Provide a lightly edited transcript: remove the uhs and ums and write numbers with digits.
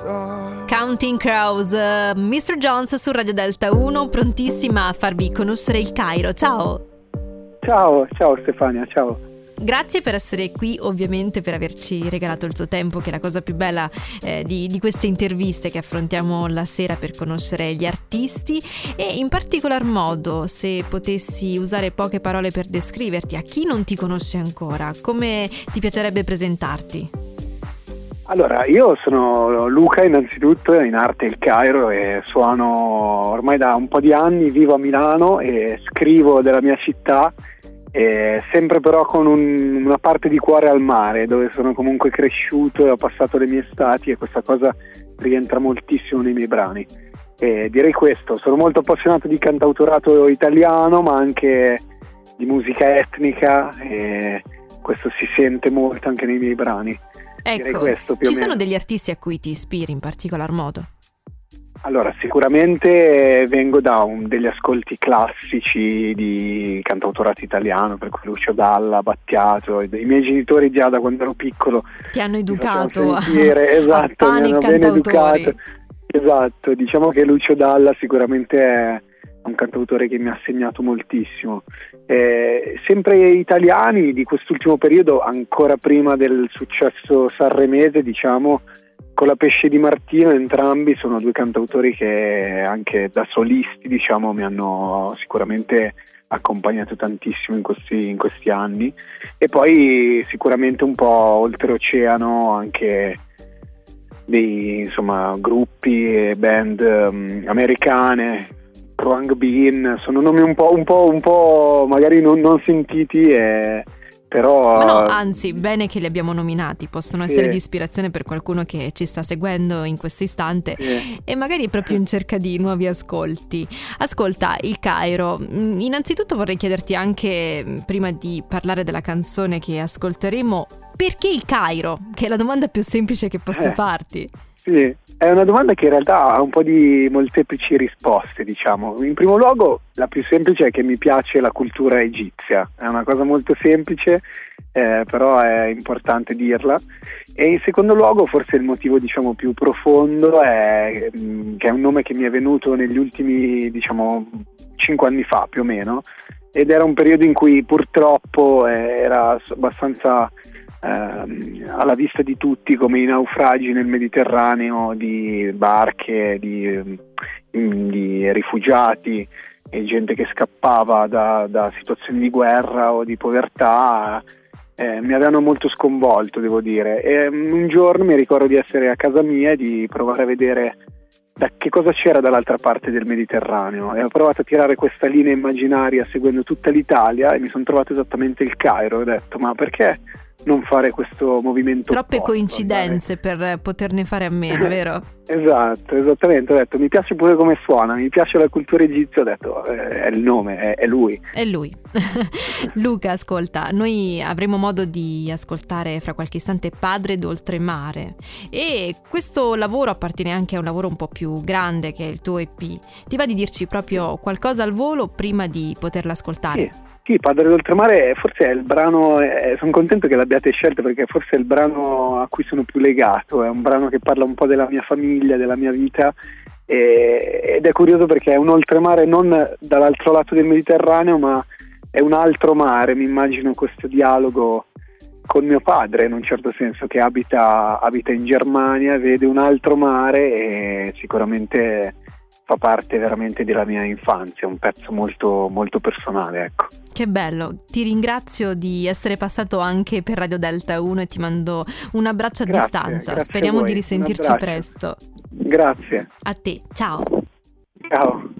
Counting Crows, Mr. Jones su Radio Delta 1, prontissima a farvi conoscere il Cairo. Ciao! Ciao Stefania, ciao! Grazie per essere qui, ovviamente per averci regalato il tuo tempo, che è la cosa più bella di queste interviste che affrontiamo la sera per conoscere gli artisti, e in particolar modo, se potessi usare poche parole per descriverti a chi non ti conosce ancora, come ti piacerebbe presentarti? Allora, io sono Luca innanzitutto, in arte Il Cairo, e suono ormai da un po' di anni, vivo a Milano e scrivo della mia città, sempre però con una parte di cuore al mare, dove sono comunque cresciuto e ho passato le mie estati, e questa cosa rientra moltissimo nei miei brani. E direi questo, sono molto appassionato di cantautorato italiano, ma anche di musica etnica, e questo si sente molto anche nei miei brani. Ecco, questo, ci sono degli artisti a cui ti ispiri in particolar modo? Allora, sicuramente vengo da degli ascolti classici di cantautorato italiano, per cui Lucio Dalla, Battiato. I miei genitori già da quando ero piccolo ti hanno educato esatto, a pane mi hanno ben educato. Esatto, diciamo che Lucio Dalla sicuramente è un cantautore che mi ha segnato moltissimo. Sempre italiani di quest'ultimo periodo, ancora prima del successo sanremese, diciamo, con la Pesce di Martino, entrambi sono due cantautori che anche da solisti, diciamo, mi hanno sicuramente accompagnato tantissimo in questi anni. E poi sicuramente un po' oltreoceano anche dei, insomma, gruppi e band americane. Wrong Bean, sono nomi un po' magari non sentiti, però... Ma no, anzi, bene che li abbiamo nominati, possono essere di ispirazione per qualcuno che ci sta seguendo in questo istante e magari è proprio in cerca di nuovi ascolti. Ascolta, Il Cairo, innanzitutto vorrei chiederti anche, prima di parlare della canzone che ascolteremo, perché Il Cairo? Che è la domanda più semplice che posso farti. Sì, è una domanda che in realtà ha un po' di molteplici risposte, diciamo. In primo luogo, la più semplice è che mi piace la cultura egizia, è una cosa molto semplice, però è importante dirla. E in secondo luogo, forse il motivo, diciamo, più profondo è che è un nome che mi è venuto negli ultimi, diciamo, 5 anni fa più o meno, ed era un periodo in cui purtroppo era abbastanza... alla vista di tutti, come i naufragi nel Mediterraneo di barche, di rifugiati e gente che scappava da situazioni di guerra o di povertà, mi avevano molto sconvolto, devo dire. E un giorno mi ricordo di essere a casa mia e di provare a vedere da che cosa c'era dall'altra parte del Mediterraneo, e ho provato a tirare questa linea immaginaria seguendo tutta l'Italia e mi sono trovato esattamente Il Cairo, e ho detto: ma perché non fare questo movimento? Troppe coincidenze per poterne fare a meno, vero? Esatto, esattamente. Ho detto: mi piace pure come suona, mi piace la cultura egizia. Ho detto: è il nome, è lui. È lui. Luca, ascolta, noi avremo modo di ascoltare fra qualche istante Padre d'Oltremare, e questo lavoro appartiene anche a un lavoro un po' più grande che è il tuo EP. Ti va di dirci proprio qualcosa al volo prima di poterla ascoltare? Sì, Padre d'Oltremare forse è il brano, sono contento che l'abbiate scelto, perché forse è il brano a cui sono più legato, è un brano che parla un po' della mia famiglia, della mia vita, ed è curioso perché è un oltremare non dall'altro lato del Mediterraneo, ma è un altro mare. Mi immagino questo dialogo con mio padre, in un certo senso, che abita in Germania, vede un altro mare e sicuramente fa parte veramente della mia infanzia, un pezzo molto, molto personale, ecco. Che bello, ti ringrazio di essere passato anche per Radio Delta 1 e ti mando un abbraccio a distanza. Speriamo di risentirci presto. Grazie. A te, ciao. Ciao.